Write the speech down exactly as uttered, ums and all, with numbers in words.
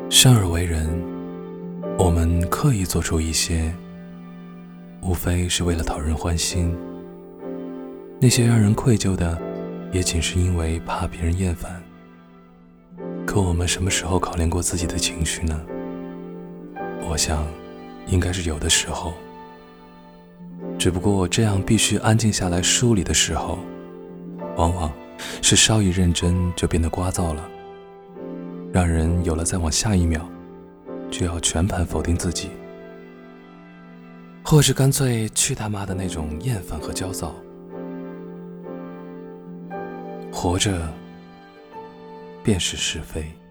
生而为人，我们刻意做出一些，无非是为了讨人欢心。那些让人愧疚的，也仅是因为怕别人厌烦。可我们什么时候考量过自己的情绪呢？我想，应该是有的时候。只不过这样必须安静下来梳理的时候，往往是稍一认真就变得聒噪了，让人有了再往下一秒就要全盘否定自己，或是干脆去他妈的那种厌烦和焦躁。活着便是是非。